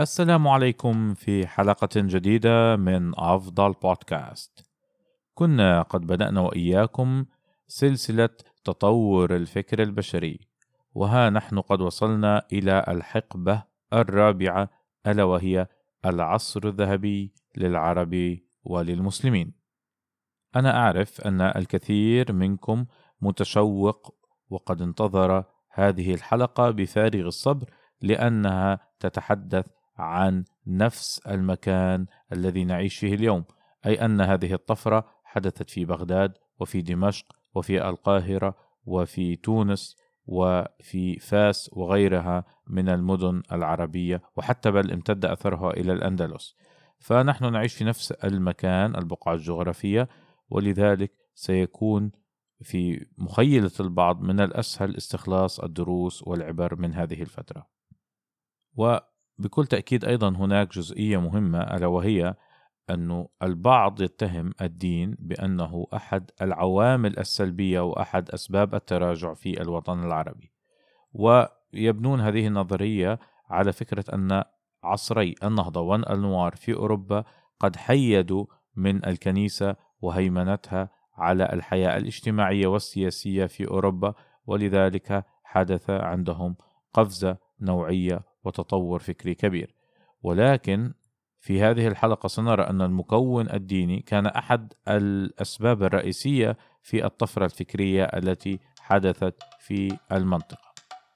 السلام عليكم في حلقة جديدة من أفضل بودكاست. كنا قد بدأنا وإياكم سلسلة تطور الفكر البشري، وها نحن قد وصلنا إلى الحقبة الرابعة، ألا وهي العصر الذهبي للعرب وللمسلمين. أنا أعرف أن الكثير منكم متشوق وقد انتظر هذه الحلقة بفارغ الصبر، لأنها تتحدث عن نفس المكان الذي نعيش فيه اليوم، أي أن هذه الطفرة حدثت في بغداد وفي دمشق وفي القاهرة وفي تونس وفي فاس وغيرها من المدن العربية، وحتى بل امتد أثرها إلى الأندلس. فنحن نعيش في نفس المكان، البقعة الجغرافية، ولذلك سيكون في مخيلة البعض من الأسهل استخلاص الدروس والعبر من هذه الفترة. وبكل تأكيد أيضا هناك جزئية مهمة، ألا وهي أن البعض يتهم الدين بأنه أحد العوامل السلبية وأحد أسباب التراجع في الوطن العربي، ويبنون هذه النظرية على فكرة أن عصري النهضة والأنوار في أوروبا قد حيدوا من الكنيسة وهيمنتها على الحياة الاجتماعية والسياسية في أوروبا، ولذلك حدث عندهم قفزة نوعية وتطور فكري كبير. ولكن في هذه الحلقة سنرى أن المكون الديني كان أحد الأسباب الرئيسية في الطفرة الفكرية التي حدثت في المنطقة.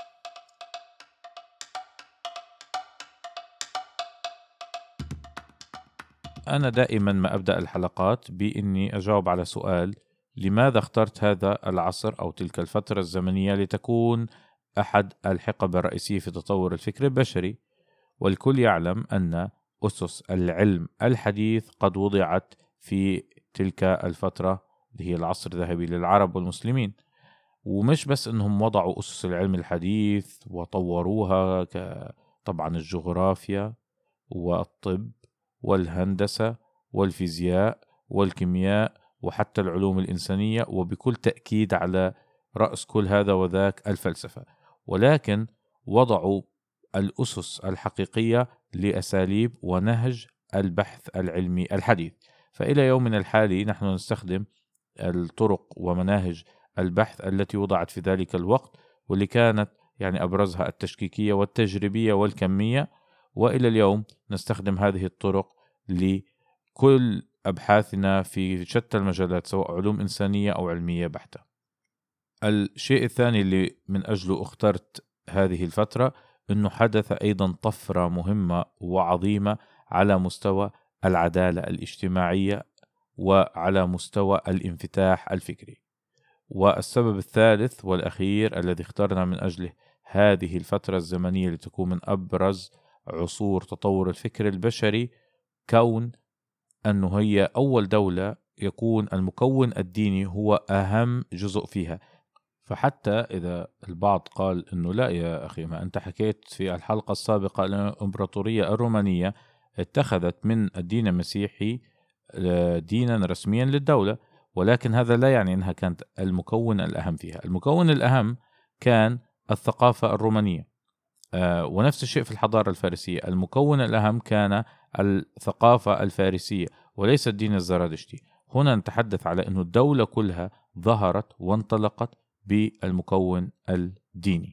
أنا دائما ما أبدأ الحلقات بإني أجاوب على سؤال: لماذا اخترت هذا العصر أو تلك الفترة الزمنية لتكون أحد الحقب الرئيسية في تطور الفكر البشري؟ والكل يعلم أن أسس العلم الحديث قد وضعت في تلك الفترة اللي هي العصر الذهبي للعرب والمسلمين. ومش بس أنهم وضعوا أسس العلم الحديث وطوروها، طبعا الجغرافيا والطب والهندسة والفيزياء والكيمياء وحتى العلوم الإنسانية، وبكل تأكيد على رأس كل هذا وذاك الفلسفة، ولكن وضعوا الأسس الحقيقية لأساليب ونهج البحث العلمي الحديث. فإلى يومنا الحالي نحن نستخدم الطرق ومناهج البحث التي وضعت في ذلك الوقت، واللي كانت يعني أبرزها التشكيكية والتجريبية والكمية، وإلى اليوم نستخدم هذه الطرق لكل أبحاثنا في شتى المجالات، سواء علوم إنسانية أو علمية بحتة. الشيء الثاني اللي من أجله اخترت هذه الفترة أنه حدث أيضا طفرة مهمة وعظيمة على مستوى العدالة الاجتماعية وعلى مستوى الانفتاح الفكري. والسبب الثالث والأخير الذي اخترنا من أجله هذه الفترة الزمنية لتكون من أبرز عصور تطور الفكر البشري، كون أنه هي أول دولة يكون المكون الديني هو أهم جزء فيها. فحتى إذا البعض قال أنه لا يا أخي، ما أنت حكيت في الحلقة السابقة أن الإمبراطورية الرومانية اتخذت من الدين المسيحي دينا رسميا للدولة، ولكن هذا لا يعني أنها كانت المكون الأهم فيها. المكون الأهم كان الثقافة الرومانية، ونفس الشيء في الحضارة الفارسية. المكون الأهم كان الثقافة الفارسية وليس الدين الزرادشتي. هنا نتحدث على أن الدولة كلها ظهرت وانطلقت بالمكون الديني.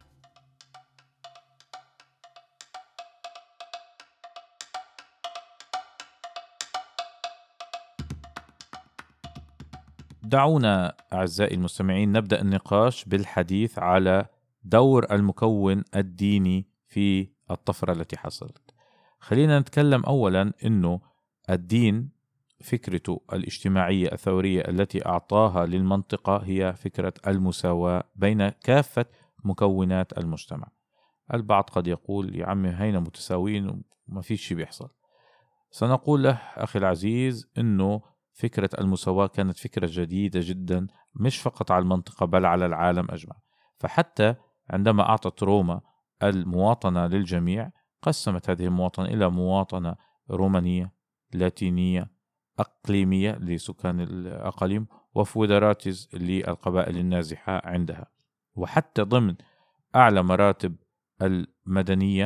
دعونا أعزائي المستمعين نبدأ النقاش بالحديث على دور المكون الديني في الطفرة التي حصلت. خلينا نتكلم أولا أنه الدين فكرته الاجتماعية الثورية التي أعطاها للمنطقة هي فكرة المساواة بين كافة مكونات المجتمع. البعض قد يقول يا عمي هينا متساويين وما فيش شيء بيحصل. سنقول له أخي العزيز أنه فكرة المساواة كانت فكرة جديدة جدا، مش فقط على المنطقة بل على العالم أجمع. فحتى عندما أعطت روما المواطنة للجميع، قسمت هذه المواطنة إلى مواطنة رومانية، لاتينية، أقليمية لسكان الأقاليم، وفودراتيز للقبائل النازحة عندها. وحتى ضمن أعلى مراتب المدنية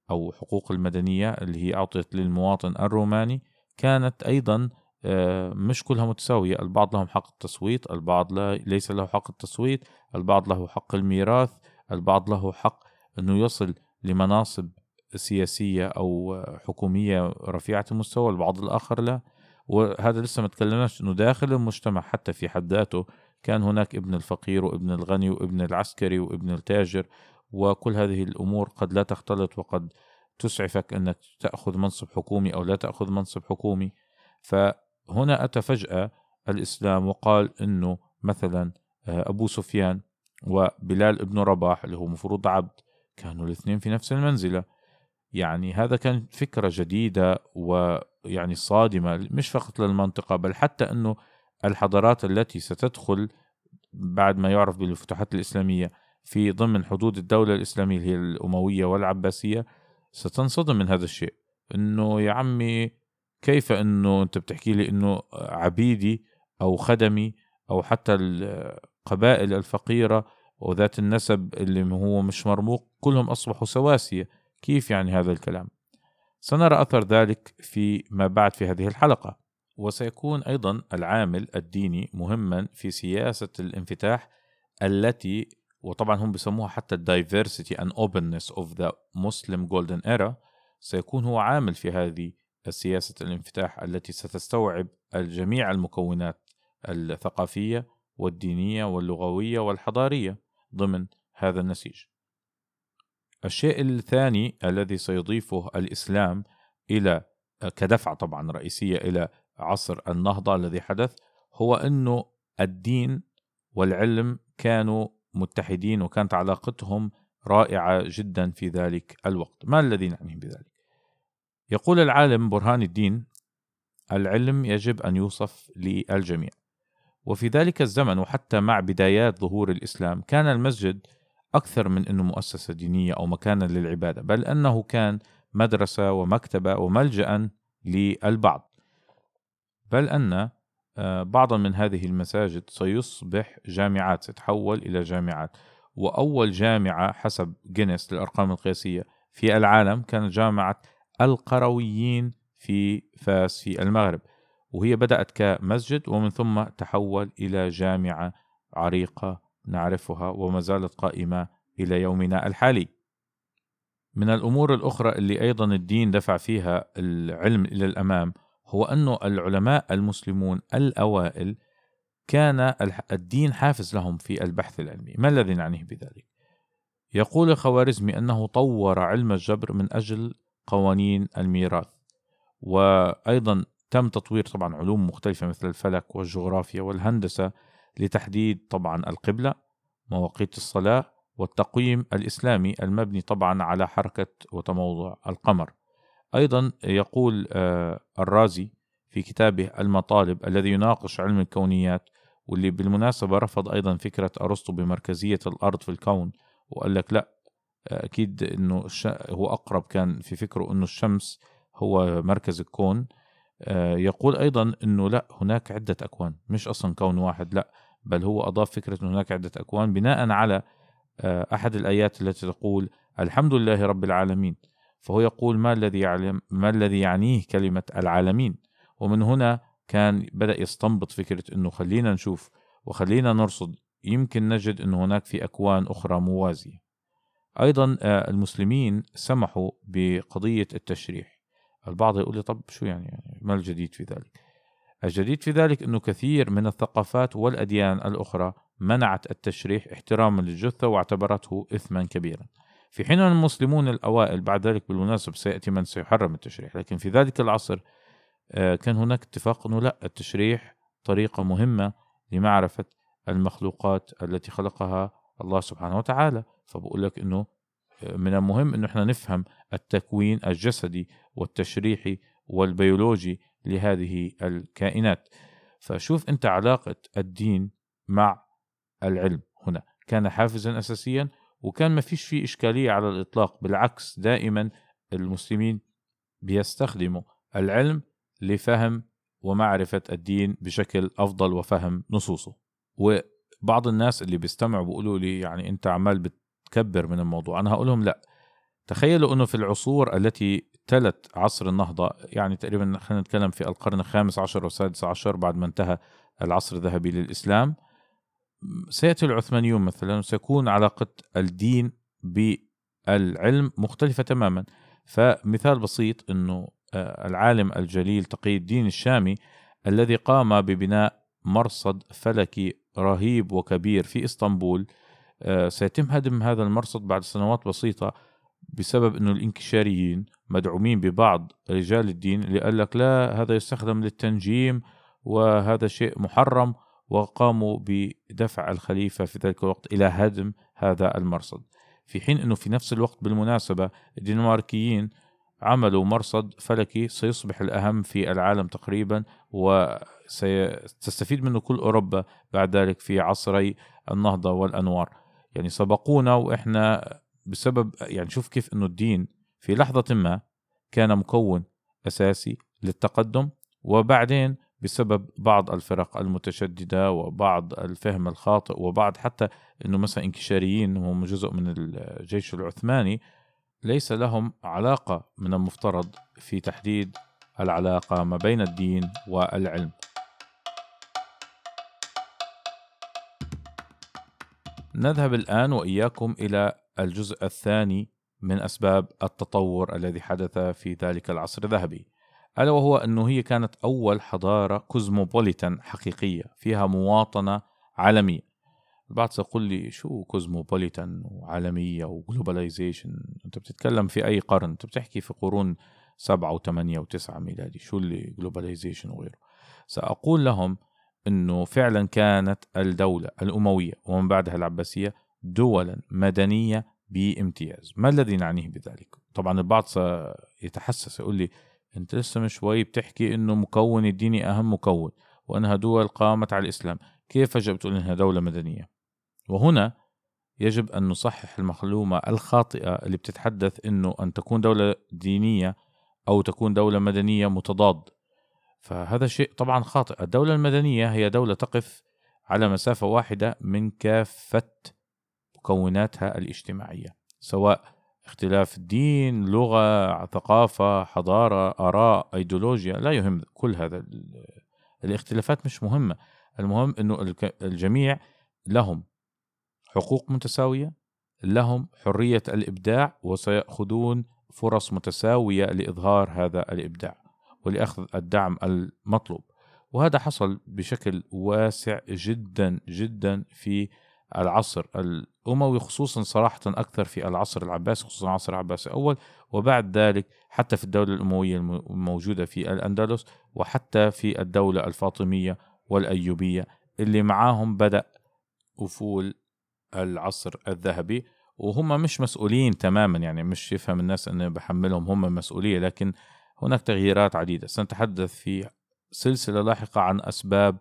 أو حقوق المدنية اللي هي أعطيت للمواطن الروماني كانت أيضا مش كلها متساوية. البعض لهم حق التصويت، البعض ليس له حق التصويت، البعض له حق الميراث، البعض له حق أنه يصل لمناصب سياسية أو حكومية رفيعة المستوى، البعض الآخر لا. وهذا لسه ما تكلمناش أنه داخل المجتمع حتى في حد ذاته كان هناك ابن الفقير وابن الغني وابن العسكري وابن التاجر، وكل هذه الأمور قد لا تختلط وقد تسعفك أنك تأخذ منصب حكومي أو لا تأخذ منصب حكومي. فهنا أتى فجأة الإسلام وقال أنه مثلا أبو سفيان وبلال ابن رباح اللي هو مفروض عبد كانوا الاثنين في نفس المنزلة. يعني هذا كان فكرة جديدة ويعني صادمة مش فقط للمنطقة بل حتى أنه الحضارات التي ستدخل بعد ما يعرف بالفتوحات الإسلامية في ضمن حدود الدولة الإسلامية اللي هي الأموية والعباسية ستنصدم من هذا الشيء. إنه يا عمي كيف إنه أنت بتحكي لي إنه عبيدي أو خدمي أو حتى القبائل الفقيرة وذات النسب اللي هو مش مرموق كلهم أصبحوا سواسية؟ كيف يعني هذا الكلام؟ سنرى أثر ذلك فيما بعد في هذه الحلقة. وسيكون أيضا العامل الديني مهما في سياسة الانفتاح التي، وطبعا هم بيسموها حتى diversity and openness of the Muslim golden era، سيكون هو عامل في هذه السياسة الانفتاح التي ستستوعب الجميع المكونات الثقافية والدينية واللغوية والحضارية ضمن هذا النسيج. الشيء الثاني الذي سيضيفه الإسلام إلى كدفعة طبعا رئيسية إلى عصر النهضة الذي حدث هو أنه الدين والعلم كانوا متحدين وكانت علاقتهم رائعة جدا في ذلك الوقت. ما الذي نعنيه بذلك؟ يقول العالم برهان الدين: العلم يجب أن يوصف للجميع. وفي ذلك الزمن وحتى مع بدايات ظهور الإسلام كان المسجد أكثر من أنه مؤسسة دينية أو مكانا للعبادة، بل أنه كان مدرسة ومكتبة وملجأ للبعض، بل أن بعضا من هذه المساجد سيصبح جامعات، ستتحول إلى جامعات. وأول جامعة حسب جينيس للأرقام القياسية في العالم كانت جامعة القرويين في فاس في المغرب، وهي بدأت كمسجد ومن ثم تحول إلى جامعة عريقة نعرفها وما زالت قائمة إلى يومنا الحالي. من الأمور الأخرى اللي أيضا الدين دفع فيها العلم إلى الأمام هو أنه العلماء المسلمون الأوائل كان الدين حافز لهم في البحث العلمي. ما الذي نعنيه بذلك؟ يقول الخوارزمي أنه طور علم الجبر من أجل قوانين الميراث، وأيضا تم تطوير طبعا علوم مختلفة مثل الفلك والجغرافيا والهندسة لتحديد طبعا القبلة، مواقيت الصلاة، والتقويم الإسلامي المبني طبعا على حركة وتموضع القمر. أيضا يقول الرازي في كتابه المطالب الذي يناقش علم الكونيات، واللي بالمناسبة رفض أيضا فكرة أرسطو بمركزية الأرض في الكون، وقال لك لا، أكيد أنه هو أقرب كان في فكره أنه الشمس هو مركز الكون. يقول أيضا أنه لا، هناك عدة أكوان، مش أصلا كون واحد، لا، بل هو أضاف فكرة أنه هناك عدة أكوان بناء على أحد الآيات التي تقول الحمد لله رب العالمين. فهو يقول ما الذي يعنيه كلمة العالمين. ومن هنا كان بدأ يستنبط فكرة أنه خلينا نشوف وخلينا نرصد، يمكن نجد أنه هناك في أكوان أخرى موازية. أيضا المسلمين سمحوا بقضية التشريح. البعض يقول لي طب شو يعني ما الجديد في ذلك؟ الجديد في ذلك أنه كثير من الثقافات والأديان الأخرى منعت التشريح احتراما للجثة واعتبرته إثما كبيرا، في حين المسلمون الأوائل بعد ذلك بالمناسبة سيأتي من سيحرم التشريح، لكن في ذلك العصر كان هناك اتفاق أنه لا، التشريح طريقة مهمة لمعرفة المخلوقات التي خلقها الله سبحانه وتعالى. فبقول لك أنه من المهم أنه احنا نفهم التكوين الجسدي والتشريحي والبيولوجي لهذه الكائنات. فشوف أنت علاقة الدين مع العلم هنا كان حافزا أساسيا، وكان ما فيش فيه إشكالية على الإطلاق، بالعكس دائما المسلمين بيستخدموا العلم لفهم ومعرفة الدين بشكل أفضل وفهم نصوصه. وبعض الناس اللي بيستمعوا بيقولوا لي يعني أنت عمال بتكبر من الموضوع، أنا هقولهم لا، تخيلوا أنه في العصور التي تلت عصر النهضة، يعني تقريبا خلينا نتكلم في القرن الخامس عشر والسادس عشر بعد ما انتهى العصر الذهبي للإسلام، سيأتي العثمانيون مثلا وسيكون علاقة الدين بالعلم مختلفة تماما. فمثال بسيط أنه العالم الجليل تقي الدين الشامي الذي قام ببناء مرصد فلكي رهيب وكبير في إسطنبول، سيتم هدم هذا المرصد بعد سنوات بسيطة بسبب أنه الإنكشاريين مدعومين ببعض رجال الدين اللي قال لك لا هذا يستخدم للتنجيم وهذا شيء محرم، وقاموا بدفع الخليفة في ذلك الوقت إلى هدم هذا المرصد. في حين أنه في نفس الوقت بالمناسبة الدنماركيين عملوا مرصد فلكي سيصبح الأهم في العالم تقريبا، وستستفيد منه كل أوروبا بعد ذلك في عصري النهضة والأنوار. يعني سبقونا، وإحنا بسبب يعني شوف كيف أنه الدين في لحظة ما كان مكون أساسي للتقدم، وبعدين بسبب بعض الفرق المتشددة وبعض الفهم الخاطئ وبعض حتى أنه مثلا انكشاريين هم جزء من الجيش العثماني ليس لهم علاقة من المفترض في تحديد العلاقة ما بين الدين والعلم. نذهب الآن وإياكم إلى الجزء الثاني من أسباب التطور الذي حدث في ذلك العصر الذهبي، ألا وهو أنه هي كانت أول حضارة كوزموبوليتان حقيقية فيها مواطنة عالمية. البعض سيقول لي شو كوزموبوليتان وعالمية وجلوباليزيشن؟ أنت بتتكلم في أي قرن؟ أنت بتحكي في قرون 7 و8 و9 ميلادي، شو اللي جلوباليزيشن وغيره؟ سأقول لهم أنه فعلا كانت الدولة الأموية ومن بعدها العباسية دولا مدنية بامتياز. ما الذي نعنيه بذلك؟ طبعا البعض سيتحسس يقول لي أنت لسه من شوي بتحكي أنه مكون الديني أهم مكون وأنها دول قامت على الإسلام، كيف فجأة بتقول أنها دولة مدنية؟ وهنا يجب أن نصحح المعلومة الخاطئة اللي بتتحدث أنه أن تكون دولة دينية أو تكون دولة مدنية متضاد. فهذا شيء طبعا خاطئ. الدولة المدنية هي دولة تقف على مسافة واحدة من كافة مكوناتها الاجتماعية، سواء اختلاف الدين، لغة، ثقافة، حضارة، آراء، أيديولوجيا، لا يهم كل هذا الاختلافات، مش مهمة. المهم أنه الجميع لهم حقوق متساوية، لهم حرية الإبداع، وسيأخذون فرص متساوية لإظهار هذا الإبداع ولأخذ الدعم المطلوب. وهذا حصل بشكل واسع جدا جدا في العصر الأموي، خصوصا صراحة أكثر في العصر العباسي، خصوصا العصر العباسي الأول، وبعد ذلك حتى في الدولة الأموية الموجودة في الأندلس، وحتى في الدولة الفاطمية والأيوبية اللي معاهم بدأ أفول العصر الذهبي. وهم مش مسؤولين تماما، يعني مش يفهم الناس أن بحملهم هم مسؤولية، لكن هناك تغييرات عديدة. سنتحدث في سلسلة لاحقة عن أسباب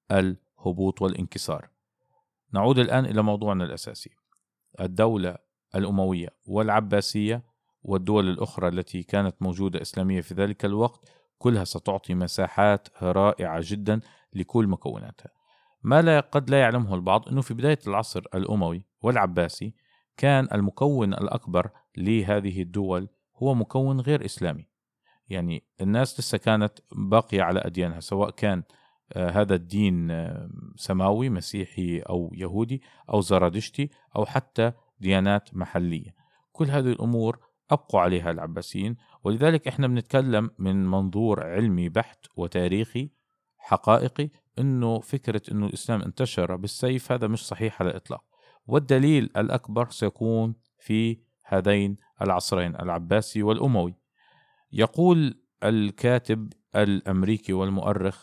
الهبوط والانكسار. نعود الآن إلى موضوعنا الأساسي. الدولة الأموية والعباسية والدول الأخرى التي كانت موجودة إسلامية في ذلك الوقت كلها ستعطي مساحات رائعة جدا لكل مكوناتها. ما قد لا يعلمه البعض أنه في بداية العصر الأموي والعباسي كان المكون الأكبر لهذه الدول هو مكون غير إسلامي. يعني الناس لسه كانت باقية على أديانها، سواء كان هذا الدين سماوي مسيحي أو يهودي أو زرادشتي أو حتى ديانات محلية. كل هذه الأمور أبقوا عليها العباسيين. ولذلك إحنا بنتكلم من منظور علمي بحت وتاريخي حقائقي أنه فكرة أنه الإسلام انتشر بالسيف هذا مش صحيح على الإطلاق. والدليل الأكبر سيكون في هذين العصرين العباسي والأموي. يقول الكاتب الأمريكي والمؤرخ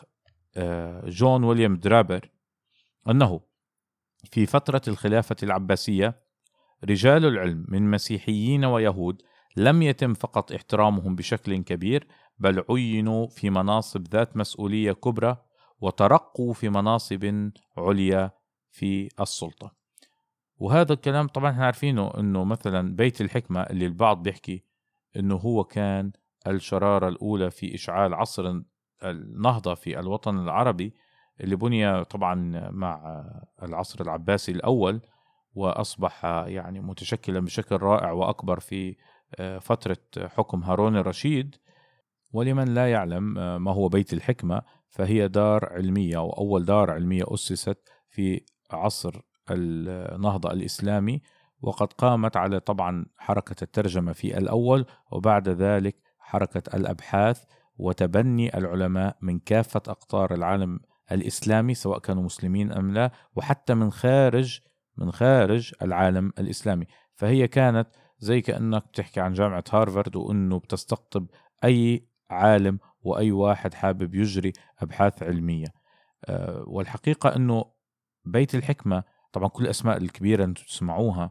جون ويليام درابر أنه في فترة الخلافة العباسية رجال العلم من مسيحيين ويهود لم يتم فقط احترامهم بشكل كبير، بل عينوا في مناصب ذات مسؤولية كبرى وترقوا في مناصب عليا في السلطة. وهذا الكلام طبعا احنا عارفينه، انه مثلا بيت الحكمة اللي البعض بيحكي انه هو كان الشرارة الأولى في إشعال عصر النهضة في الوطن العربي، اللي بني طبعا مع العصر العباسي الأول وأصبح يعني متشكلا بشكل رائع وأكبر في فترة حكم هارون الرشيد. ولمن لا يعلم ما هو بيت الحكمة، فهي دار علمية أو أول دار علمية أسست في عصر النهضة الإسلامي، وقد قامت على طبعا حركة الترجمة في الأول، وبعد ذلك حركة الأبحاث وتبني العلماء من كافة أقطار العالم الإسلامي سواء كانوا مسلمين أم لا، وحتى من خارج العالم الإسلامي. فهي كانت زي كأنك تحكي عن جامعة هارفارد، وأنه بتستقطب أي عالم وأي واحد حابب يجري أبحاث علمية. والحقيقة أنه بيت الحكمة طبعا كل الأسماء الكبيرة أنتم تسمعوها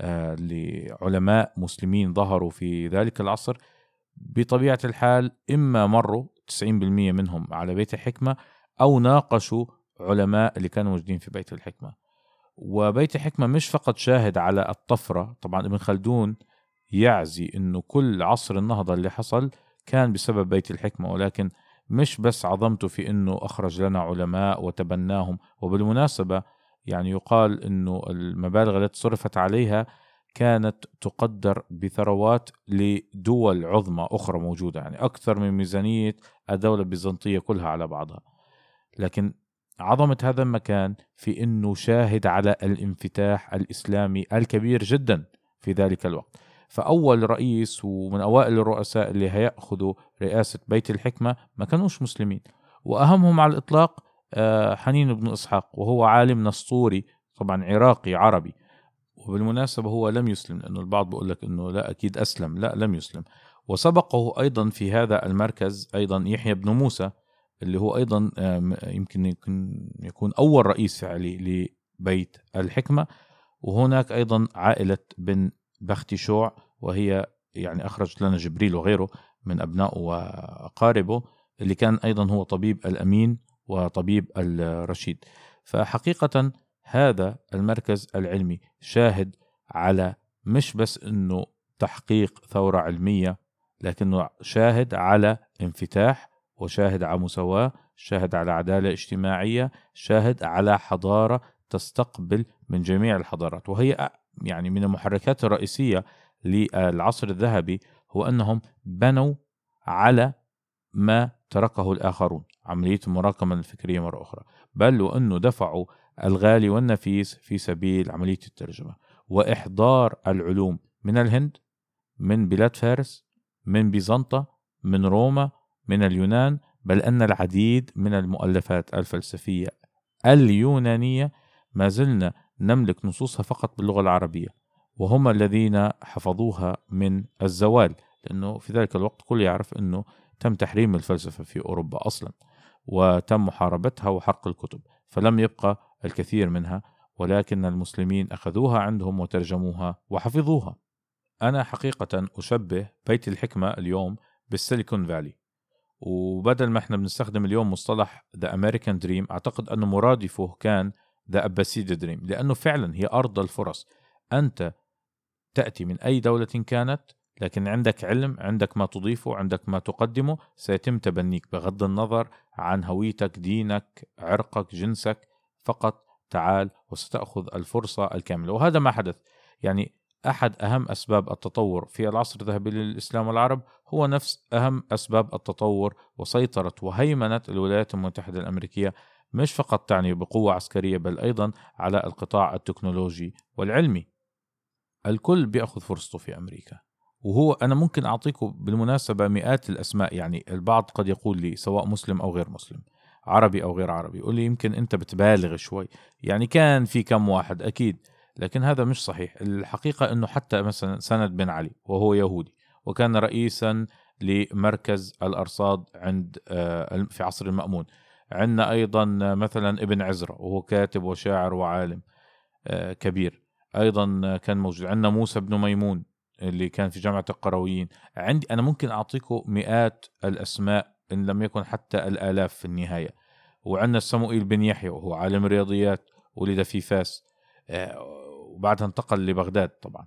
لعلماء مسلمين ظهروا في ذلك العصر، بطبيعة الحال إما مروا 90% منهم على بيت الحكمة أو ناقشوا علماء اللي كانوا موجودين في بيت الحكمة. وبيت الحكمة مش فقط شاهد على الطفرة، طبعا ابن خلدون يعزي أنه كل عصر النهضة اللي حصل كان بسبب بيت الحكمة، ولكن مش بس عظمته في أنه أخرج لنا علماء وتبناهم. وبالمناسبة يعني يقال أنه المبالغ التي صرفت عليها كانت تقدر بثروات لدول عظمى أخرى موجودة، يعني أكثر من ميزانية الدولة البيزنطية كلها على بعضها. لكن عظمة هذا المكان في أنه شاهد على الانفتاح الإسلامي الكبير جدا في ذلك الوقت. فأول رئيس ومن أوائل الرؤساء اللي هيأخذوا رئاسة بيت الحكمة ما كانوش مسلمين، وأهمهم على الإطلاق حنين بن إسحاق، وهو عالم نسطوري طبعا عراقي عربي. وبالمناسبة هو لم يسلم، لأنه البعض بيقول لك أنه لا أكيد أسلم، لا لم يسلم. وسبقه أيضا في هذا المركز أيضا يحيى بن موسى، اللي هو أيضا يمكن يكون أول رئيس فعلي لبيت الحكمة. وهناك أيضا عائلة بن بختشوع، وهي يعني أخرجت لنا جبريل وغيره من أبنائه وأقاربه، اللي كان أيضا هو طبيب الأمين وطبيب الرشيد. فحقيقة هذا المركز العلمي شاهد على مش بس أنه تحقيق ثورة علمية، لكنه شاهد على انفتاح، وشاهد على مساواة، شاهد على عدالة اجتماعية، شاهد على حضارة تستقبل من جميع الحضارات. وهي يعني من المحركات الرئيسية للعصر الذهبي هو أنهم بنوا على ما تركه الآخرون، عملية المراكمة الفكرية مرة أخرى، بل وأنه دفعوا الغالي والنفيس في سبيل عملية الترجمة وإحضار العلوم من الهند، من بلاد فارس، من بيزنطة، من روما، من اليونان، بل أن العديد من المؤلفات الفلسفية اليونانية ما زلنا نملك نصوصها فقط باللغة العربية، وهم الذين حفظوها من الزوال، لأنه في ذلك الوقت كل يعرف أنه تم تحريم الفلسفة في أوروبا أصلا، وتم محاربتها وحرق الكتب، فلم يبقى الكثير منها، ولكن المسلمين أخذوها عندهم وترجموها وحفظوها. أنا حقيقة أشبه بيت الحكمة اليوم بالسيليكون فالي، وبدل ما احنا بنستخدم اليوم مصطلح The American Dream، أعتقد أنه مرادفه كان The Abbasid Dream، لأنه فعلا هي أرض الفرص. أنت تأتي من أي دولة كانت، لكن عندك علم، عندك ما تضيفه، عندك ما تقدمه، سيتم تبنيك بغض النظر عن هويتك، دينك، عرقك، جنسك. فقط تعال وستأخذ الفرصة الكاملة. وهذا ما حدث. يعني أحد أهم أسباب التطور في العصر الذهبي للإسلام والعرب هو نفس أهم أسباب التطور وسيطرة وهيمنة الولايات المتحدة الأمريكية، مش فقط تعني بقوة عسكرية، بل أيضا على القطاع التكنولوجي والعلمي. الكل بيأخذ فرصته في أمريكا. وهو أنا ممكن أعطيكم بالمناسبة مئات الأسماء، يعني البعض قد يقول لي سواء مسلم أو غير مسلم، عربي أو غير عربي، يقول لي يمكن أنت بتبالغ شوي، يعني كان في كم واحد أكيد، لكن هذا مش صحيح. الحقيقة أنه حتى مثلا سند بن علي وهو يهودي، وكان رئيسا لمركز الأرصاد عند في عصر المأمون. عندنا أيضا مثلا ابن عزرا، وهو كاتب وشاعر وعالم كبير، أيضا كان موجود. عندنا موسى بن ميمون اللي كان في جامعة القرويين. عندي أنا ممكن أعطيكم مئات الأسماء إن لم يكن حتى الآلاف في النهاية. وعندنا سموئيل بن يحيى، وهو عالم رياضيات، ولد في فاس وبعدها انتقل لبغداد طبعا.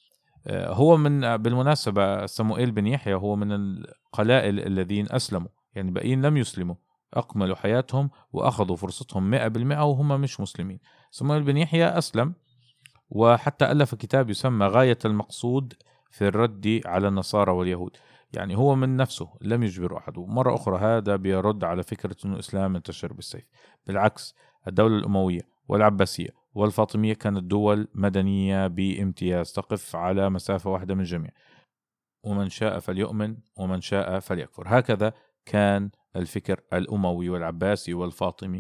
هو من بالمناسبة سموئيل بن يحيى هو من القلائل الذين أسلموا، يعني باقيين لم يسلموا، أكملوا حياتهم وأخذوا فرصتهم 100% وهم مش مسلمين. سموئيل بن يحيى أسلم، وحتى ألف كتاب يسمى غاية المقصود في الرد على النصارى واليهود. يعني هو من نفسه لم يجبر أحد. ومرة أخرى هذا بيرد على فكرة أنه الإسلام انتشر بالسيف. بالعكس، الدولة الأموية والعباسية والفاطمية كانت دول مدنية بامتياز، تقف على مسافة واحدة من الجميع، ومن شاء فليؤمن ومن شاء فليكفر. هكذا كان الفكر الأموي والعباسي والفاطمي.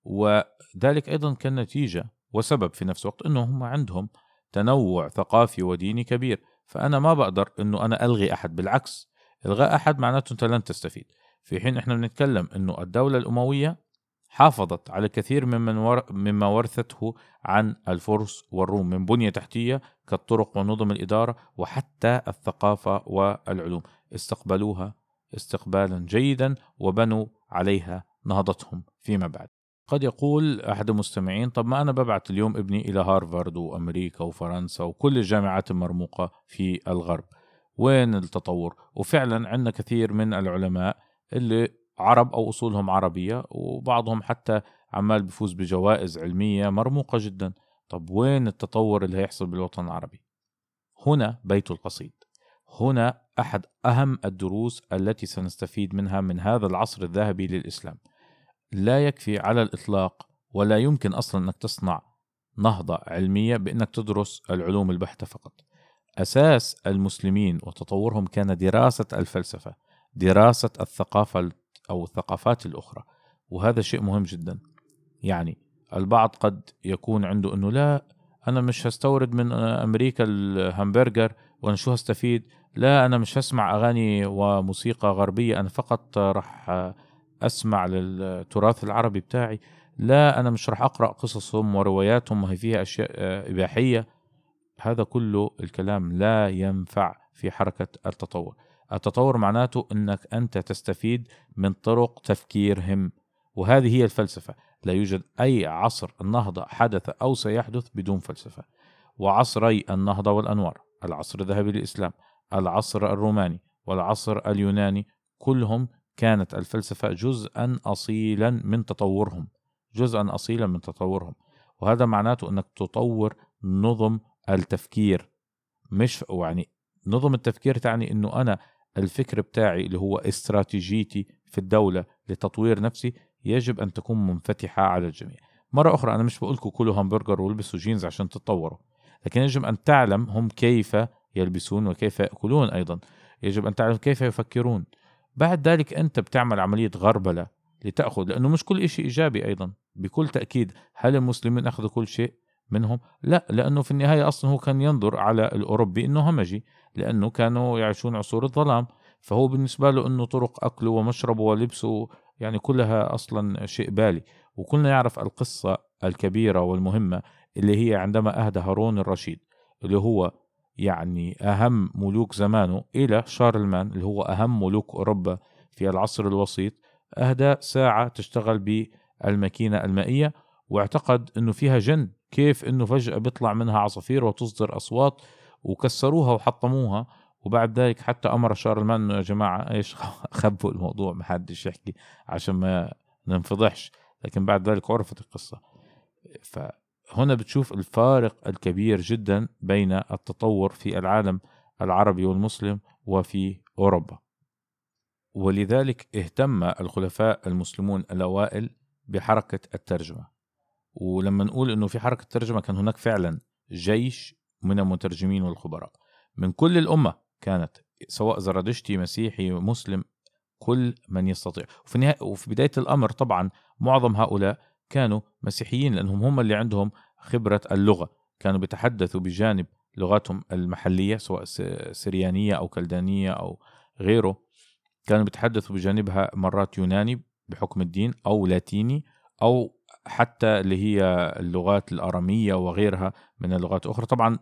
وذلك أيضا كان نتيجة وسبب في نفس الوقت أنه هم عندهم تنوع ثقافي وديني كبير. فأنا ما بقدر أنه أنا ألغي أحد، بالعكس، إلغاء أحد معناته أنت لن تستفيد. في حين إحنا بنتكلم أنه الدولة الأموية حافظت على كثير مما ورثته عن الفرس والروم من بنية تحتية كالطرق ونظم الإدارة وحتى الثقافة والعلوم، استقبلوها استقبالا جيدا وبنوا عليها نهضتهم فيما بعد. قد يقول أحد المستمعين: طب ما أنا ببعث اليوم ابني إلى هارفارد وأمريكا وفرنسا وكل الجامعات المرموقة في الغرب، وين التطور؟ وفعلا عندنا كثير من العلماء اللي عرب أو أصولهم عربية، وبعضهم حتى عمال بفوز بجوائز علمية مرموقة جدا. طب وين التطور اللي هيحصل بالوطن العربي؟ هنا بيت القصيد، هنا أحد أهم الدروس التي سنستفيد منها من هذا العصر الذهبي للإسلام. لا يكفي على الإطلاق، ولا يمكن أصلا أنك تصنع نهضة علمية بأنك تدرس العلوم البحتة فقط. أساس المسلمين وتطورهم كان دراسة الفلسفة، دراسة الثقافة أو الثقافات الأخرى، وهذا شيء مهم جدا. يعني البعض قد يكون عنده أنه لا، أنا مش هستورد من أمريكا الهامبرجر وأنا شو هستفيد؟ لا، أنا مش هسمع أغاني وموسيقى غربية، أنا فقط رح أسمع للتراث العربي بتاعي. لا، أنا مش رح أقرأ قصصهم ورواياتهم وهي فيها أشياء إباحية. هذا كله الكلام لا ينفع في حركة التطور. التطور معناته أنك أنت تستفيد من طرق تفكيرهم، وهذه هي الفلسفة. لا يوجد أي عصر النهضة حدث أو سيحدث بدون فلسفة. وعصري النهضة والأنوار، العصر الذهبي للإسلام، العصر الروماني والعصر اليوناني، كلهم كانت الفلسفة جزءا أصيلا من تطورهم، جزءا أصيلا من تطورهم. وهذا معناته أنك تطور نظم التفكير، مش يعني نظم التفكير تعني أنه أنا الفكر بتاعي اللي هو استراتيجيتي في الدولة لتطوير نفسي يجب أن تكون منفتحة على الجميع. مرة أخرى، أنا مش بقولكم كلوا همبرجر والبسوا جينز عشان تتطوروا، لكن يجب أن تعلم هم كيف يلبسون وكيف يأكلون. أيضا يجب أن تعلم كيف يفكرون. بعد ذلك أنت بتعمل عملية غربلة لتأخذ، لأنه مش كل شيء إيجابي. أيضا بكل تأكيد، هل المسلمين أخذوا كل شيء منهم؟ لا، لأنه في النهاية أصلا هو كان ينظر على الأوروبي أنه همجي، لأنه كانوا يعيشون عصور الظلام، فهو بالنسبة له أنه طرق أكله ومشربه ولبسه يعني كلها أصلا شيء بالي. وكلنا يعرف القصة الكبيرة والمهمة اللي هي عندما أهدى هارون الرشيد، اللي هو يعني أهم ملوك زمانه، إلى شارلمان اللي هو أهم ملوك أوروبا في العصر الوسيط، أهدى ساعة تشتغل بالماكينة المائية، واعتقد أنه فيها جن، كيف أنه فجأة بيطلع منها عصافير وتصدر أصوات، وكسروها وحطموها. وبعد ذلك حتى أمر شارلمان أنه يا جماعة إيش خبوا الموضوع، ما حدش يحكي عشان ما ننفضحش. لكن بعد ذلك عرفت القصة. فهنا بتشوف الفارق الكبير جدا بين التطور في العالم العربي والمسلم وفي أوروبا. ولذلك اهتم الخلفاء المسلمون الأوائل بحركة الترجمة. ولما نقول انه في حركة ترجمة، كان هناك فعلا جيش من المترجمين والخبراء من كل الأمة، كانت سواء زرادشتي مسيحي مسلم، كل من يستطيع. وفي النهاية وفي بداية الأمر طبعا معظم هؤلاء كانوا مسيحيين، لأنهم هم اللي عندهم خبرة اللغة، كانوا بيتحدثوا بجانب لغاتهم المحلية سواء سريانية أو كلدانية أو غيره، كانوا بيتحدثوا بجانبها مرات يوناني بحكم الدين أو لاتيني، أو حتى اللي هي اللغات الأرامية وغيرها من اللغات الأخرى. طبعا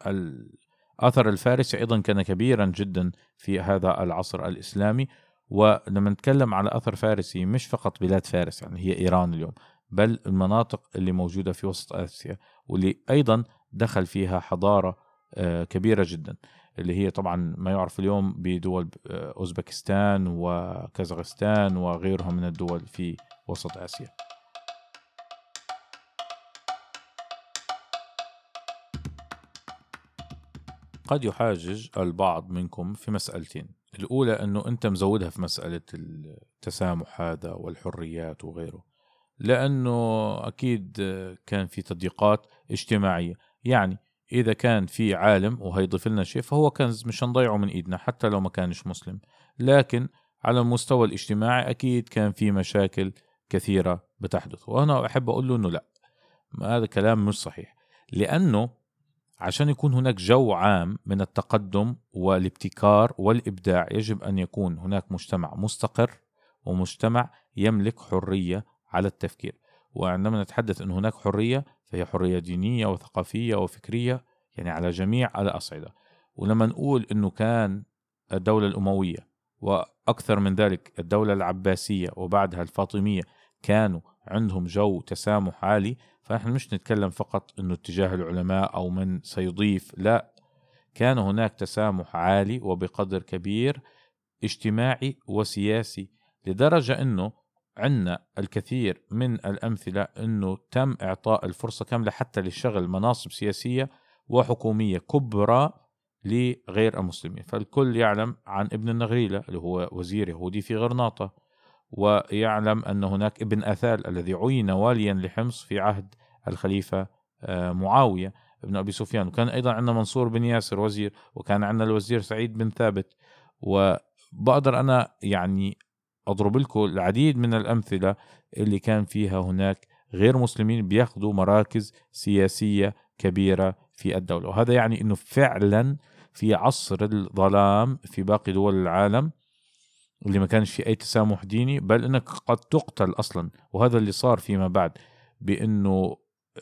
الأثر الفارسي أيضا كان كبيرا جدا في هذا العصر الإسلامي. ولما نتكلم على أثر فارسي، مش فقط بلاد فارس يعني هي إيران اليوم، بل المناطق اللي موجودة في وسط آسيا، واللي أيضا دخل فيها حضارة كبيرة جدا، اللي هي طبعا ما يعرف اليوم بدول أوزبكستان وكازاخستان وغيرها من الدول في وسط آسيا. قد يحاجج البعض منكم في مسألتين. الأولى أنه أنت مزودها في مسألة التسامح هذا والحريات وغيره، لأنه أكيد كان في تضييقات اجتماعية. يعني إذا كان في عالم وهيضيف لنا شيء فهو كنز مش هنضيعه من إيدنا حتى لو ما كانش مسلم، لكن على المستوى الاجتماعي أكيد كان في مشاكل كثيرة بتحدث. وأنا أحب أقول له أنه لا، هذا كلام مش صحيح، لأنه عشان يكون هناك جو عام من التقدم والابتكار والإبداع يجب أن يكون هناك مجتمع مستقر ومجتمع يملك حرية على التفكير. وعندما نتحدث أن هناك حرية فهي حرية دينية وثقافية وفكرية، يعني على جميع الأصعدة. ولما نقول أنه كان الدولة الأموية وأكثر من ذلك الدولة العباسية وبعدها الفاطمية كانوا عندهم جو تسامح عالي، فنحن مش نتكلم فقط أنه اتجاه العلماء أو من سيضيف، لا، كان هناك تسامح عالي وبقدر كبير اجتماعي وسياسي، لدرجة أنه عندنا الكثير من الأمثلة أنه تم إعطاء الفرصة كاملة حتى لشغل مناصب سياسية وحكومية كبرى لغير المسلمين. فالكل يعلم عن ابن النغريلة اللي هو وزير يهودي في غرناطة، ويعلم أن هناك ابن أثال الذي عين واليا لحمص في عهد الخليفة معاوية ابن أبي سفيان، وكان أيضا عندنا منصور بن ياسر وزير، وكان عندنا الوزير سعيد بن ثابت. وبقدر أنا يعني أضرب لكم العديد من الأمثلة اللي كان فيها هناك غير مسلمين بياخذوا مراكز سياسية كبيرة في الدولة. وهذا يعني أنه فعلا في عصر الظلام في باقي دول العالم اللي ما كانش في أي تسامح ديني، بل أنك قد تقتل أصلا. وهذا اللي صار فيما بعد، بأنه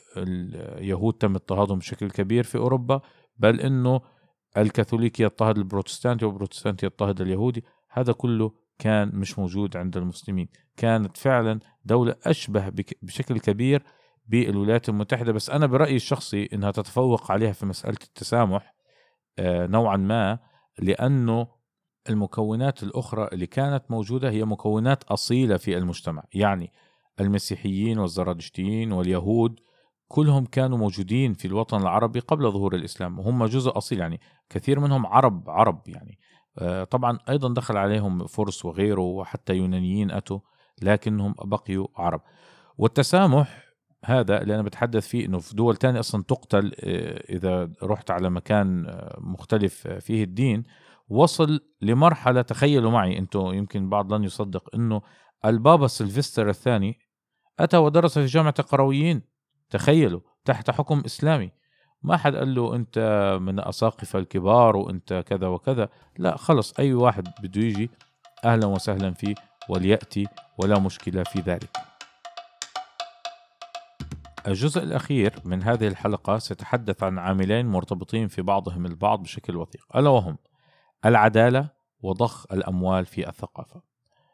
اليهود تم اضطهادهم بشكل كبير في أوروبا، بل أنه الكاثوليكي يضطهد البروتستانتي والبروتستانتي يضطهد اليهودي. هذا كله كان مش موجود عند المسلمين. كانت فعلا دولة أشبه بشكل كبير بالولايات المتحدة، بس أنا برأيي الشخصي أنها تتفوق عليها في مسألة التسامح نوعا ما، لأنه المكونات الأخرى اللي كانت موجودة هي مكونات أصيلة في المجتمع. يعني المسيحيين والزرادشتيين واليهود كلهم كانوا موجودين في الوطن العربي قبل ظهور الإسلام، وهم جزء أصيل، يعني كثير منهم عرب يعني. طبعا أيضا دخل عليهم فرس وغيره وحتى يونانيين أتوا، لكنهم بقيوا عرب. والتسامح هذا اللي أنا بتحدث فيه إنه في دول تانية أصلا تقتل إذا رحت على مكان مختلف فيه الدين، وصل لمرحلة، تخيلوا معي أنتم، يمكن بعض لن يصدق، إنه البابا سلفستر الثاني أتى ودرس في جامعة القرويين، تخيلوا، تحت حكم إسلامي. ما حد قال له أنت من الأساقفة الكبار وأنت كذا وكذا، لا، خلص أي واحد بده يجي أهلا وسهلا فيه وليأتي، ولا مشكلة في ذلك. الجزء الأخير من هذه الحلقة سيتحدث عن عاملين مرتبطين في بعضهم البعض بشكل وثيق، ألا وهم العدالة وضخ الأموال في الثقافة.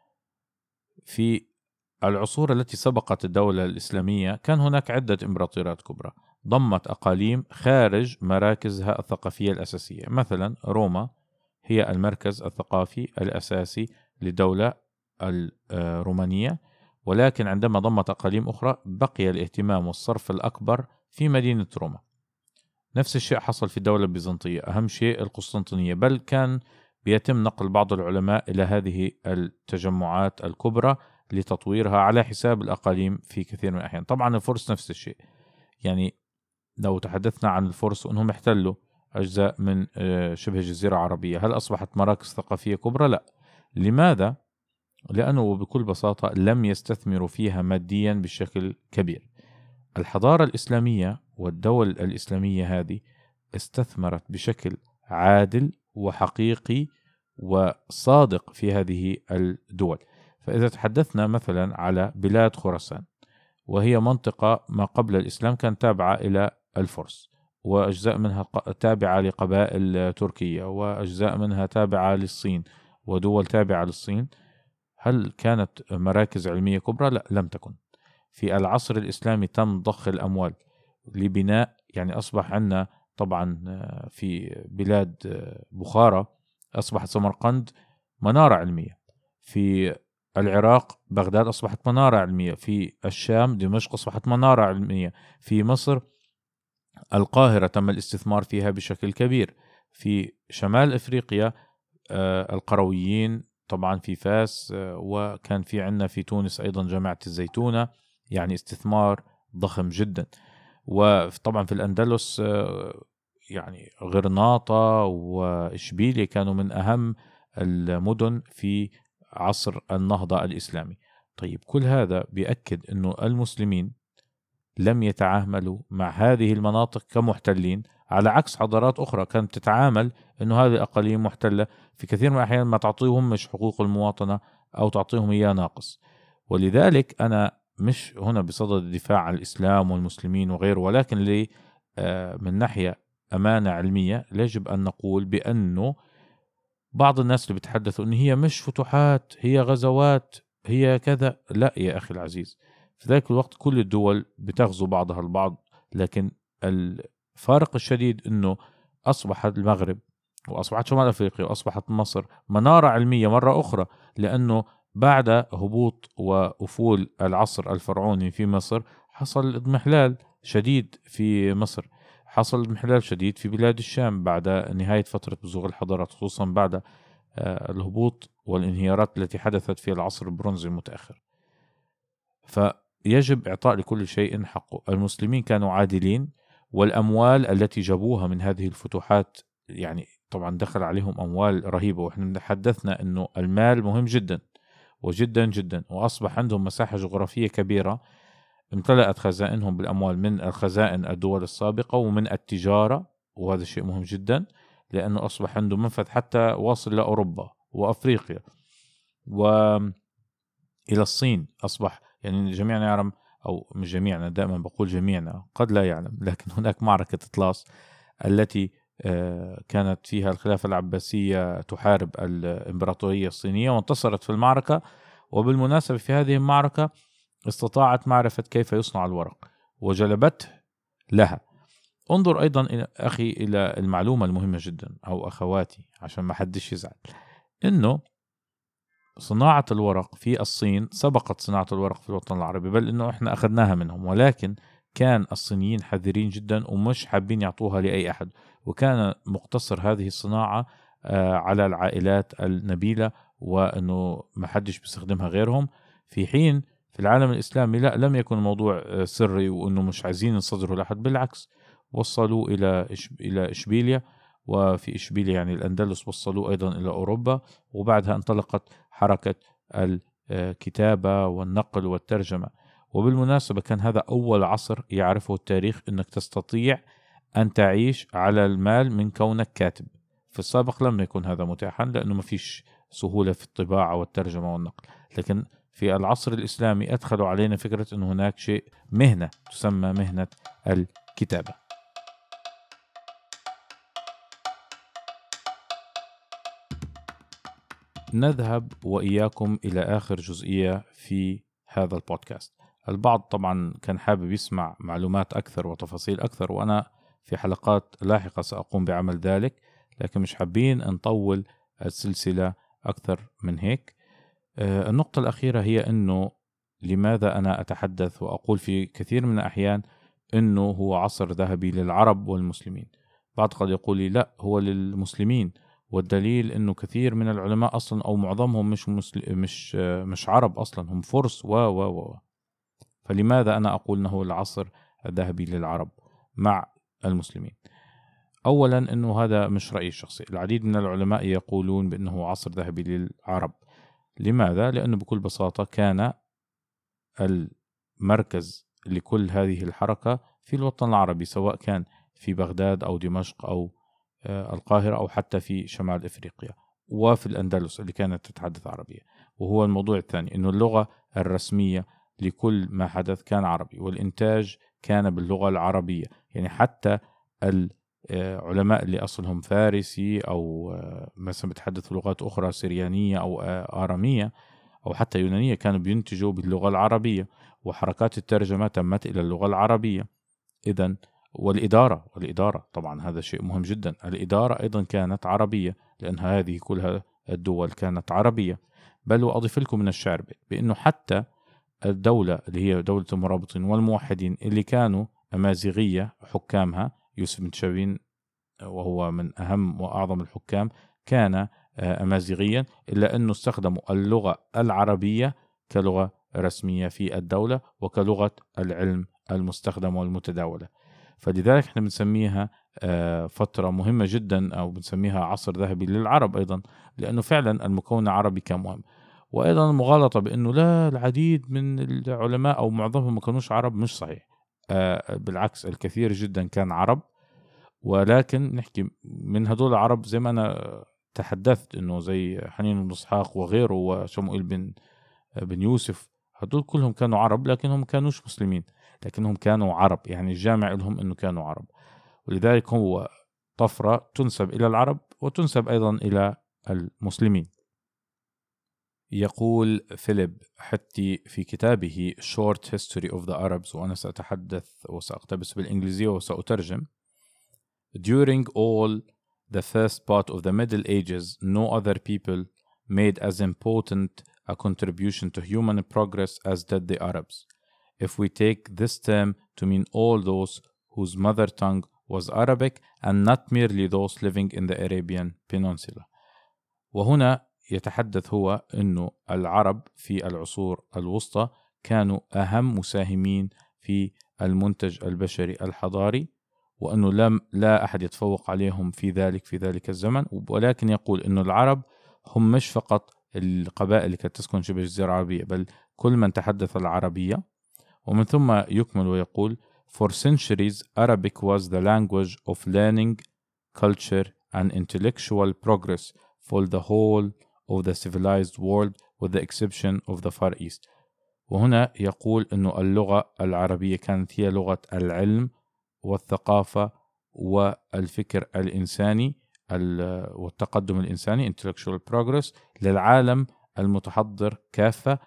في العصور التي سبقت الدولة الإسلامية كان هناك عدة إمبراطوريات كبرى ضمت أقاليم خارج مراكزها الثقافية الأساسية. مثلا روما هي المركز الثقافي الأساسي للدولة الرومانية، ولكن عندما ضمت أقاليم أخرى بقي الاهتمام والصرف الأكبر في مدينة روما. نفس الشيء حصل في الدولة البيزنطية، أهم شيء القسطنطينية، بل كان بيتم نقل بعض العلماء إلى هذه التجمعات الكبرى لتطويرها على حساب الأقاليم في كثير من الأحيان. طبعا الفرس نفس الشيء، يعني لو تحدثنا عن الفرس أنهم احتلوا أجزاء من شبه جزيرة عربية، هل أصبحت مراكز ثقافية كبرى؟ لا. لماذا؟ لأنه بكل بساطة لم يستثمروا فيها ماديا بشكل كبير. الحضارة الإسلامية والدول الإسلامية هذه استثمرت بشكل عادل وحقيقي وصادق في هذه الدول. فإذا تحدثنا مثلا على بلاد خراسان، وهي منطقة ما قبل الإسلام كانت تابعة إلى الفرس، وأجزاء منها تابعة لقبائل تركية، وأجزاء منها تابعة للصين ودول تابعة للصين. هل كانت مراكز علمية كبرى؟ لا، لم تكن. في العصر الإسلامي تم ضخ الأموال لبناء، يعني أصبح عندنا طبعا في بلاد بخارى أصبحت سمرقند منارة علمية، في العراق بغداد أصبحت منارة علمية، في الشام دمشق أصبحت منارة علمية، في مصر القاهرة تم الاستثمار فيها بشكل كبير، في شمال إفريقيا القرويين طبعا في فاس، وكان في عندنا في تونس أيضا جامعة الزيتونة، يعني استثمار ضخم جدا. وطبعا في الأندلس يعني غرناطة وإشبيلية كانوا من أهم المدن في عصر النهضة الإسلامي. طيب كل هذا بيأكد أنه المسلمين لم يتعاملوا مع هذه المناطق كمحتلين، على عكس حضارات أخرى كانت تتعامل أنه هذه الأقاليم محتلة، في كثير من الأحيان ما تعطيهم مش حقوق المواطنة أو تعطيهم إياه ناقص. ولذلك أنا مش هنا بصدد الدفاع عن الإسلام والمسلمين وغيره، ولكن لي من ناحية أمانة علمية يجب أن نقول بأنه بعض الناس اللي بيتحدثوا أن هي مش فتوحات، هي غزوات، هي كذا، لا يا أخي العزيز، في ذلك الوقت كل الدول بتغزو بعضها البعض، لكن الفارق الشديد أنه أصبحت المغرب وأصبحت شمال أفريقيا وأصبحت مصر منارة علمية مرة أخرى، لأنه بعد هبوط وأفول العصر الفرعوني في مصر حصل اضمحلال شديد في مصر، حصل اضمحلال شديد في بلاد الشام بعد نهاية فترة بزوغ الحضارات، خصوصا بعد الهبوط والانهيارات التي حدثت في العصر البرونزي المتأخر. فيجب إعطاء لكل شيء حقه. المسلمين كانوا عادلين، والأموال التي جابوها من هذه الفتوحات يعني طبعا دخل عليهم أموال رهيبة، وإحنا حدثنا أنه المال مهم جدا وجدا جدا، وأصبح عندهم مساحة جغرافية كبيرة، امتلأت خزائنهم بالأموال من الخزائن الدول السابقة ومن التجارة، وهذا شيء مهم جدا لأنه أصبح عنده منفذ حتى واصل لأوروبا وأفريقيا وإلى الصين. أصبح يعني جميعنا يعلم، أو مش جميعنا، دائما بقول جميعنا قد لا يعلم، لكن هناك معركة إطلاس التي كانت فيها الخلافة العباسية تحارب الإمبراطورية الصينية وانتصرت في المعركة. وبالمناسبة في هذه المعركة استطاعت معرفة كيف يصنع الورق وجلبته لها. انظر أيضا أخي إلى المعلومة المهمة جدا، أو أخواتي عشان ما حدش يزعل، إنه صناعة الورق في الصين سبقت صناعة الورق في الوطن العربي، بل إنه إحنا أخذناها منهم، ولكن كان الصينيين حذرين جدا ومش حابين يعطوها لأي أحد، وكان مقتصر هذه الصناعة على العائلات النبيلة، وأنه ما حدش بيستخدمها غيرهم. في حين في العالم الإسلامي لا، لم يكن الموضوع سري وأنه مش عايزين يصدروا لأحد، بالعكس وصلوا إلى إشبيلية، وفي إشبيلية يعني الأندلس وصلوا أيضا إلى أوروبا، وبعدها انطلقت حركة الكتابة والنقل والترجمة. وبالمناسبة كان هذا أول عصر يعرفه التاريخ أنك تستطيع أن تعيش على المال من كونك كاتب. في السابق لم يكن هذا متاحا لأنه ما فيش سهولة في الطباعة والترجمة والنقل، لكن في العصر الإسلامي أدخلوا علينا فكرة أن هناك شيء مهنة تسمى مهنة الكتابة. نذهب وإياكم إلى آخر جزئية في هذا البودكاست. البعض طبعا كان حابب يسمع معلومات أكثر وتفاصيل أكثر، وأنا في حلقات لاحقة سأقوم بعمل ذلك، لكن مش حابين نطول السلسلة أكثر من هيك. النقطة الأخيرة هي أنه لماذا أنا أتحدث وأقول في كثير من الأحيان أنه هو عصر ذهبي للعرب والمسلمين. بعض قد يقول لي لا، هو للمسلمين، والدليل أنه كثير من العلماء أصلا أو معظمهم مش عرب أصلا، هم فرس و فلماذا أنا أقول أنه العصر الذهبي للعرب مع المسلمين؟ أولا أنه هذا مش رأيي الشخصي، العديد من العلماء يقولون بأنه عصر ذهبي للعرب. لماذا؟ لأنه بكل بساطة كان المركز لكل هذه الحركة في الوطن العربي، سواء كان في بغداد أو دمشق أو القاهرة أو حتى في شمال إفريقيا وفي الأندلس اللي كانت تتحدث عربية. وهو الموضوع الثاني أنه اللغة الرسمية لكل ما حدث كان عربي، والإنتاج كان باللغة العربية. يعني حتى العلماء اللي أصلهم فارسي أو مثلا بتحدثوا لغات أخرى سريانية أو آرامية أو حتى يونانية كانوا بينتجوا باللغة العربية، وحركات الترجمة تمت إلى اللغة العربية. إذن والإدارة طبعا هذا شيء مهم جدا، الإدارة أيضا كانت عربية، لأن هذه كلها الدول كانت عربية. بل وأضيف لكم من الشعر بأنه حتى الدولة اللي هي دولة المرابطين والموحدين اللي كانوا أمازيغية حكامها، يوسف بن تشاوين وهو من أهم وأعظم الحكام كان أمازيغيا، إلا أنه استخدموا اللغة العربية كلغة رسمية في الدولة وكلغة العلم المستخدمة والمتداولة. فلذلك احنا بنسميها فترة مهمة جدا، أو بنسميها عصر ذهبي للعرب أيضا، لأنه فعلا المكون العربي كان مهم. وأيضا المغالطة بأنه لا العديد من العلماء أو معظمهم ما كانوش عرب مش صحيح. بالعكس، الكثير جدا كان عرب، ولكن نحكي من هدول العرب زي ما أنا تحدثت أنه زي حنين بن إسحاق وغيره وشموئيل بن يوسف، هدول كلهم كانوا عرب لكنهم كانوش مسلمين، لكنهم كانوا عرب، يعني الجامع لهم أنه كانوا عرب. ولذلك هو طفرة تنسب إلى العرب وتنسب أيضا إلى المسلمين. يقول فيليب حتي في كتابه Short History of the Arabs، وأنا سأتحدث وسأقتبس بالإنجليزية وسأترجم: During all the first part of the Middle Ages, no other people made as important a contribution to human progress as did the Arabs. If we take this term to mean all those whose mother tongue was Arabic and not merely those living in the Arabian Peninsula. وهنا يتحدث هو أنه العرب في العصور الوسطى كانوا أهم مساهمين في المنتج البشري الحضاري، وأنه لا أحد يتفوق عليهم في ذلك الزمن. ولكن يقول أنه العرب هم مش فقط القبائل اللي كانت تسكن شبه الجزيرة العربية، بل كل من تحدث العربية. ومن ثم يكمل ويقول: For centuries Arabic was the language of learning, culture and intellectual progress for the whole of the civilized world with the exception of the Far East. وهنا يقول أنه اللغة العربية كانت هي لغة العلم والثقافة والفكر الإنساني والتقدم الإنساني intellectual progress للعالم المتحضر كافة.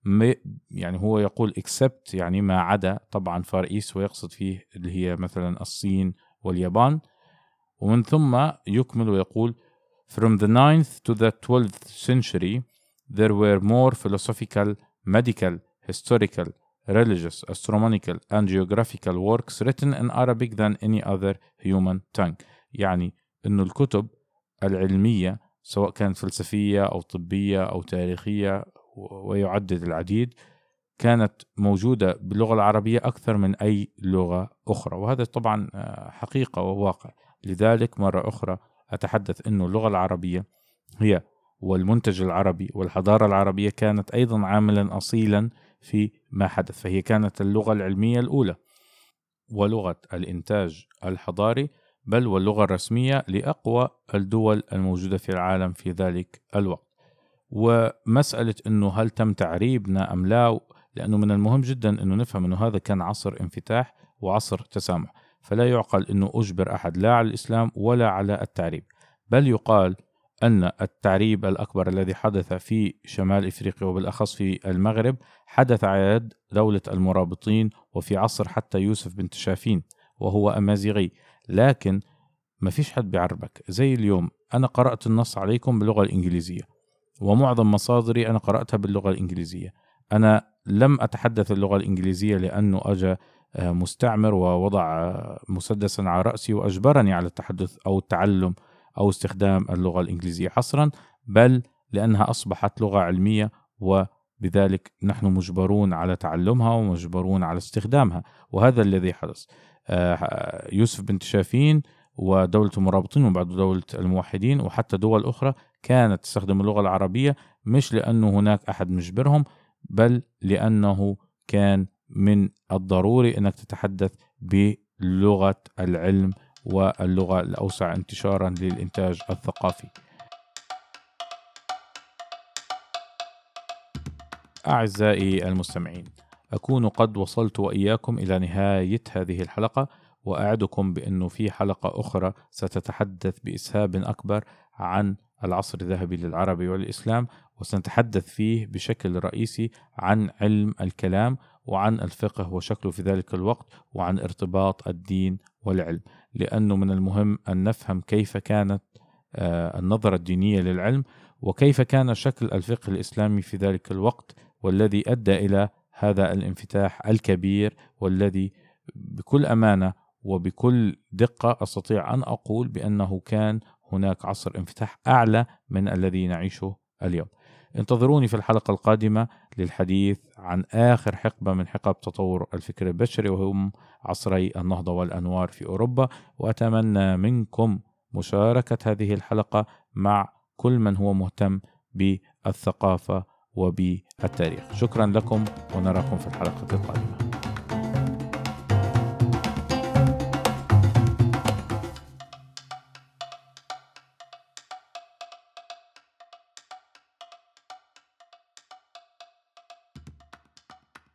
يعني هو يقول except، يعني ما عدا طبعا Far East، ويقصد فيه اللي هي مثلا الصين واليابان. ومن ثم يكمل ويقول: From the 9th to the 12th century there were more philosophical, medical, historical, religious, astronomical and geographical works written in Arabic than any other human tongue. يعني إنه الكتب العلمية سواء كانت فلسفية أو طبية أو تاريخية ويعدد العديد كانت موجودة باللغة العربية أكثر من أي لغة أخرى، وهذا طبعا حقيقة وواقع. لذلك مرة أخرى أتحدث أنه اللغة العربية هي والمنتج العربي والحضارة العربية كانت أيضا عاملا أصيلا في ما حدث، فهي كانت اللغة العلمية الأولى ولغة الإنتاج الحضاري، بل واللغة الرسمية لأقوى الدول الموجودة في العالم في ذلك الوقت. ومسألة أنه هل تم تعريبنا أم لا، لأنه من المهم جدا أنه نفهم أنه هذا كان عصر انفتاح وعصر تسامح، فلا يعقل أنه أجبر أحد لا على الإسلام ولا على التعريب، بل يقال أن التعريب الأكبر الذي حدث في شمال إفريقيا وبالأخص في المغرب حدث على يد دولة المرابطين وفي عصر حتى يوسف بن تشافين وهو أمازيغي. لكن ما فيش حد بيعربك زي اليوم. أنا قرأت النص عليكم باللغة الإنجليزية ومعظم مصادري أنا قرأتها باللغة الإنجليزية. أنا لم أتحدث اللغة الإنجليزية لأنه أجى مستعمر ووضع مسدسا على رأسي وأجبرني على التحدث أو التعلم أو استخدام اللغة الإنجليزية حصرا، بل لأنها أصبحت لغة علمية وبذلك نحن مجبرون على تعلمها ومجبرون على استخدامها. وهذا الذي حدث. يوسف بن تشافين ودولة المرابطين وبعد دولة الموحدين وحتى دول أخرى كانت تستخدم اللغة العربية مش لأنه هناك أحد مجبرهم، بل لأنه كان من الضروري أنك تتحدث بلغة العلم واللغة الأوسع انتشارا للإنتاج الثقافي. أعزائي المستمعين، أكون قد وصلت وإياكم إلى نهاية هذه الحلقة، وأعدكم بأنه في حلقة أخرى ستتحدث بإسهاب أكبر عن العصر الذهبي للعرب والإسلام، وسنتحدث فيه بشكل رئيسي عن علم الكلام وعن الفقه وشكله في ذلك الوقت وعن ارتباط الدين والعلم، لأنه من المهم أن نفهم كيف كانت النظرة الدينية للعلم وكيف كان شكل الفقه الإسلامي في ذلك الوقت، والذي أدى إلى هذا الانفتاح الكبير، والذي بكل أمانة وبكل دقة أستطيع أن أقول بأنه كان هناك عصر انفتاح أعلى من الذي نعيشه اليوم. انتظروني في الحلقة القادمة للحديث عن آخر حقبة من حقب تطور الفكر البشري، وهم عصري النهضة والأنوار في أوروبا. وأتمنى منكم مشاركة هذه الحلقة مع كل من هو مهتم بالثقافة وبالتاريخ. شكرا لكم ونراكم في الحلقة القادمة.